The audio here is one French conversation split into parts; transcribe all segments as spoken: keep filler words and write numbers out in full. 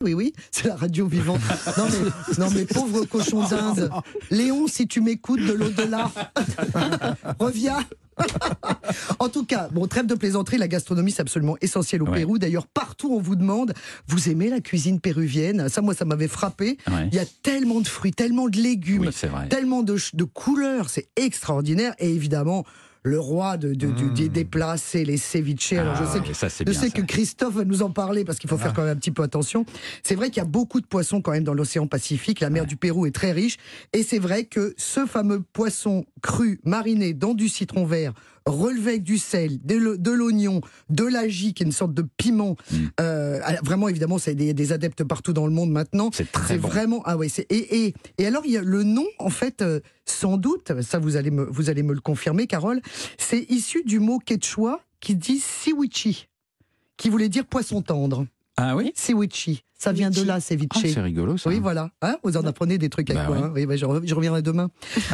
Oui, oui, c'est la radio vivante. Non mais, non mais pauvre cochon d'Inde. Léon, si tu m'écoutes de l'au-delà, reviens. En tout cas, bon, trêve de plaisanterie, la gastronomie c'est absolument essentiel au ouais. Pérou. D'ailleurs, partout on vous demande, vous aimez la cuisine péruvienne? Ça, moi, ça m'avait frappé. Ouais. Il y a tellement de fruits, tellement de légumes, oui, tellement de, de couleurs, c'est extraordinaire. Et évidemment, le roi de, de, mmh. de, des plats, c'est les ceviches. Alors je sais, ah, que, ça, je bien, sais que Christophe va nous en parler parce qu'il faut ah. faire quand même un petit peu attention. C'est vrai qu'il y a beaucoup de poissons quand même dans l'océan Pacifique. La mer ouais. du Pérou est très riche. Et c'est vrai que ce fameux poisson cru, mariné dans du citron vert, relevé avec du sel, de l'oignon, de l'ají, qui est une sorte de piment. Mmh. Euh, vraiment, évidemment, c'est des, des adeptes partout dans le monde maintenant. C'est très bon. Vraiment, ah ouais, c'est, et, et, et alors, il y a le nom, en fait, euh, sans doute, ça vous allez, me, vous allez me le confirmer, Carole, c'est issu du mot quechua qui dit siwichi, qui voulait dire poisson tendre. Ah oui? Siwichi. Ça vient de là, ceviche. Ah, c'est rigolo, ça. Oui, voilà. Hein, vous en apprenez des trucs avec bah moi. Ouais. Hein. Oui, bah, je, je reviendrai demain.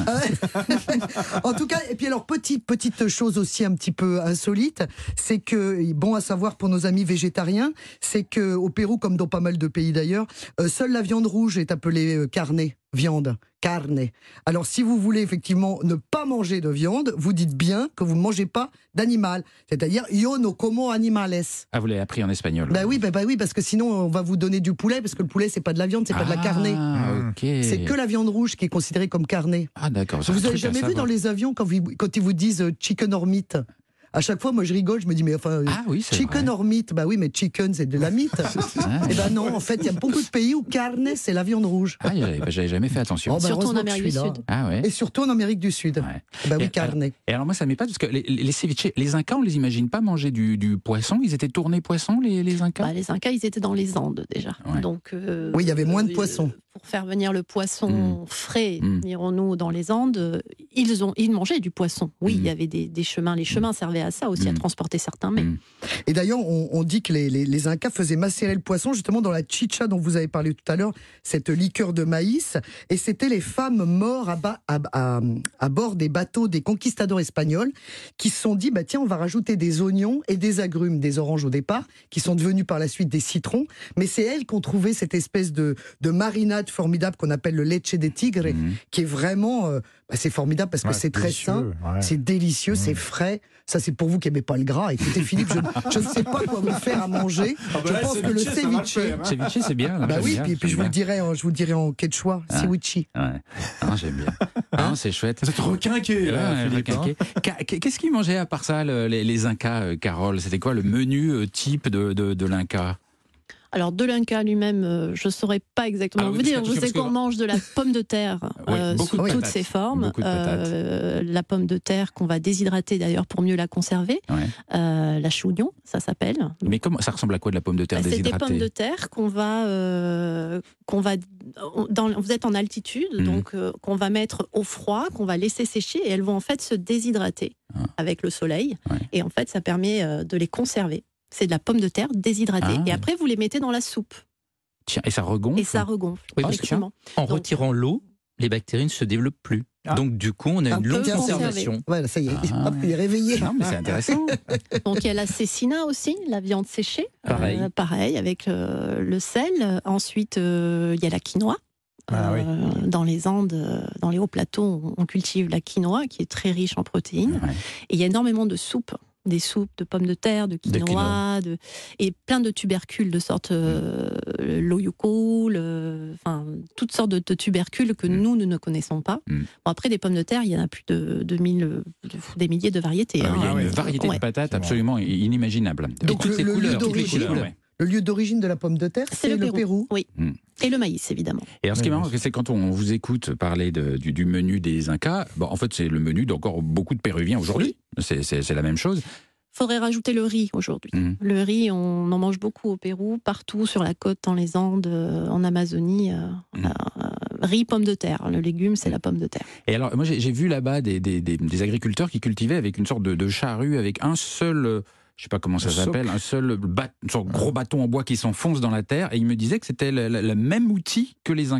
En tout cas, et puis alors, petite, petite chose aussi un petit peu insolite, c'est que, bon à savoir pour nos amis végétariens, c'est qu'au Pérou, comme dans pas mal de pays d'ailleurs, euh, seule la viande rouge est appelée euh, carne. Viande, carne. Alors, si vous voulez effectivement ne pas manger de viande, vous dites bien que vous ne mangez pas d'animal. C'est-à-dire, yo no como animales. Ah, vous l'avez appris en espagnol. Bah oui, bah, bah oui, parce que sinon, on va vous donner du poulet, parce que le poulet, c'est pas de la viande, c'est pas ah, de la carne. Okay. C'est que la viande rouge qui est considérée comme carne. Ah, d'accord. Vous avez jamais vu dans les avions, quand, vous, quand ils vous disent euh, chicken or meat? À chaque fois, moi, je rigole, je me dis, mais enfin, ah, oui, chicken vrai. or meat, bah oui, mais chicken, c'est de la meat. Et ben non, en fait, il y a beaucoup de pays où carne, c'est la viande rouge. Ah, bah, j'avais jamais fait attention. Oh, bah, surtout en Amérique du Sud. Ah, ouais. Et surtout en Amérique du Sud. Ouais. Bah oui, et, carne. Alors, et alors, moi, ça m'épate, parce que les, les ceviches, les Incas, on les imagine pas manger du, du poisson. Ils étaient tournés poisson, les, les Incas bah, Les Incas, ils étaient dans les Andes, déjà. Ouais. Donc, euh, oui, il y avait moins de poissons. Pour faire venir le poisson mmh. frais, mmh. dirons-nous, dans les Andes, ils, ont, ils mangeaient du poisson. Oui, mmh. il y avait des, des chemins. Les chemins servaient à ça aussi, mmh. à transporter certains mets. Mmh. Et d'ailleurs, on, on dit que les, les, les Incas faisaient macérer le poisson justement dans la chicha dont vous avez parlé tout à l'heure, cette liqueur de maïs. Et c'était les femmes mortes à, ba, à, à, à bord des bateaux des conquistadors espagnols qui se sont dit, bah, tiens, on va rajouter des oignons et des agrumes, des oranges au départ, qui sont devenus par la suite des citrons. Mais c'est elles qui ont trouvé cette espèce de, de marinade formidable qu'on appelle le leche de tigre, mmh. qui est vraiment, euh, bah, c'est formidable parce que ouais, c'est très sain, ouais. c'est délicieux, mmh. c'est frais. Ça, c'est pour vous qui n'aimez pas le gras. Écoutez, Philippe, je ne sais pas quoi vous faire à manger. Ah bah je là, pense que le ceviche... Hein. Ceviche, c'est bien. Bah oui, bien, puis, puis je, vous le dirais, je vous le dirais en quechua, ah. siwichi. Ouais. Ah, j'aime bien. Ah, c'est chouette. C'est requinqué, là, ouais, Philippe. Requinqué. Hein. Qu'est-ce qu'ils mangeaient à part ça, les, les Incas, Carole? C'était quoi le menu type de, de, de l'Inca? Alors, de l'Inca lui-même, euh, je ne saurais pas exactement ah, vous dire. Je sais qu'on mange de la pomme de terre euh, oui, sous toutes ses formes. Euh, la pomme de terre qu'on va déshydrater d'ailleurs pour mieux la conserver. Ouais. Euh, la chougnon, ça s'appelle. Mais comment ça ressemble à quoi de la pomme de terre bah, déshydratée? C'est des pommes de terre qu'on va... Euh, qu'on va dans, vous êtes en altitude, mmh. donc euh, qu'on va mettre au froid, qu'on va laisser sécher et elles vont en fait se déshydrater ah. avec le soleil. Ouais. Et en fait, ça permet euh, de les conserver. C'est de la pomme de terre déshydratée. Ah. Et après, vous les mettez dans la soupe. Tiens, et ça regonfle. Et ça regonfle, oui, effectivement. En Donc, retirant l'eau, les bactéries ne se développent plus. Ah. Donc, du coup, on a un une longue conservation. Voilà, ça y est, ah. il est réveillé. Non, mais c'est intéressant. Donc, il y a la cécina aussi, la viande séchée. Pareil. Euh, pareil, avec euh, le sel. Ensuite, euh, il y a la quinoa. Ah, euh, oui. Dans les Andes, dans les hauts plateaux, on cultive la quinoa, qui est très riche en protéines. Ouais. Et il y a énormément de soupes. Des soupes de pommes de terre, de quinoa, de quinoa. De, et plein de tubercules de sorte euh, l'oyuco, le, enfin toutes sortes de, de tubercules que mm. nous, nous ne connaissons pas. Mm. Bon, après, des pommes de terre, il y en a plus de, de mille, de, des milliers de variétés. Ah, hein. Il y a une ouais. variété ouais. de patates absolument inimaginable. Donc toutes le, les couleurs, toutes les couleurs. Ouais. Le lieu d'origine de la pomme de terre, c'est, c'est le, le Pérou. Pérou. Oui. Mm. Et le maïs, évidemment. Et alors, ce qui est marrant, c'est quand on vous écoute parler de, du, du menu des Incas, bon, en fait, c'est le menu d'encore beaucoup de Péruviens aujourd'hui. C'est, c'est, c'est la même chose. Il faudrait rajouter le riz aujourd'hui. Mmh. Le riz, on en mange beaucoup au Pérou, partout sur la côte, dans les Andes, euh, en Amazonie. Euh, mmh. euh, riz, pomme de terre. Le légume, c'est la pomme de terre. Et alors, moi, j'ai, j'ai vu là-bas des, des, des, des agriculteurs qui cultivaient avec une sorte de, de charrue, avec un seul... Euh, je ne sais pas comment ça s'appelle, un seul bat, une sorte de gros bâton en bois qui s'enfonce dans la terre, et ils me disaient que c'était le, le, le même outil que les Incas.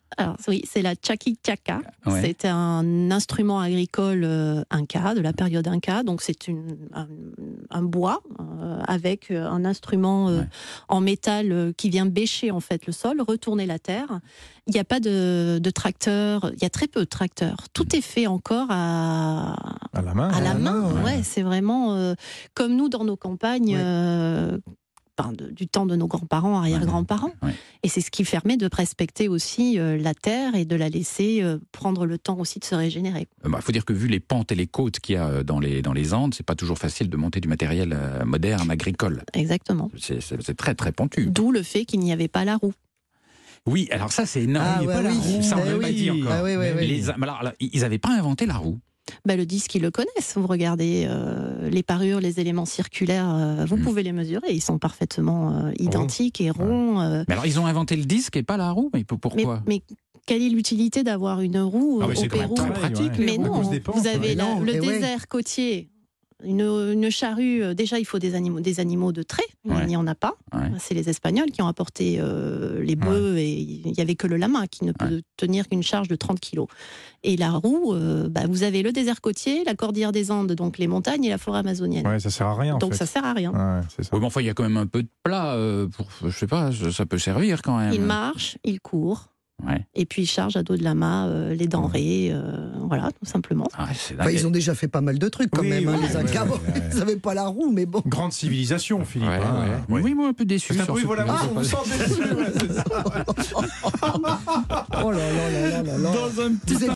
Alors oui, c'est la chaquichaca. Ouais. C'est un instrument agricole euh, inca, de la période inca. Donc c'est une, un, un bois euh, avec un instrument euh, Ouais. en métal euh, qui vient bêcher en fait le sol, retourner la terre. Il n'y a pas de, de tracteur, il y a très peu de tracteurs. Tout est fait encore à, À la main. à la la main. main, Ouais, c'est vraiment euh, comme nous dans nos campagnes. Ouais. euh, enfin, de- du temps de nos grands-parents, arrière-grands-parents. Ouais. Et c'est ce qui permet de respecter aussi euh, la terre et de la laisser euh, prendre le temps aussi de se régénérer. Il bah, faut dire que vu les pentes et les côtes qu'il y a dans les, dans les Andes, c'est pas toujours facile de monter du matériel euh, moderne, agricole. Exactement. C'est, c'est, c'est très très pentu. D'où le fait qu'il n'y avait pas la roue. Oui, alors ça c'est énorme. Ah, Il y a ouais, pas la oui. roue, ça on Eh ne peut pas oui. dire encore. Ah, oui, oui, oui. Les- mais alors, là, ils n'avaient pas inventé la roue. Bah, le disque, ils le connaissent. Vous regardez euh, les parures, les éléments circulaires, euh, vous Mm. pouvez les mesurer. Ils sont parfaitement euh, identiques et ronds. euh, Mais alors ils ont inventé le disque et pas la roue. Mais mais, pourquoi mais quelle est l'utilité d'avoir une roue Ah euh, oui, au c'est quand même Pérou très Pareil, pratique. ouais. les Mais roues, à non, cause des pentes, vous avez ouais. la- non, le et ouais. désert côtier, une, une charrue. euh, Déjà, il faut des animaux, des animaux de trait. Ouais. Il n'y en a pas. Ouais. C'est les Espagnols qui ont apporté euh, les bœufs et il n'y avait que le lama qui ne peut tenir qu'une charge de trente kilos. Et la roue, euh, bah, vous avez le désert côtier, la cordillère des Andes, donc les montagnes et la forêt amazonienne. Ouais, ça sert à rien en donc fait. ça sert à rien. Ouais, c'est ça. Oui, mais enfin, il y a quand même un peu de plat euh, pour, je sais pas, ça ça peut servir quand même. Il marche, il court. Ouais. Et puis il charge à dos de lama euh, les denrées, euh, voilà, tout simplement. Ah, c'est Enfin, dingue. ils ont déjà fait pas mal de trucs quand Oui, même, hein, oui, les ouais, Incas. ouais, Bon, ouais. Ils n'avaient pas la roue, mais bon. Grande civilisation, Philippe. Ouais, hein. ouais. Ouais. Oui, moi un peu déçu. C'est un sur bruit ce voilà, coup. vous vous sentez dessus, ouais, c'est ça. Oh là là là là là là. Dans un petit Vous êtes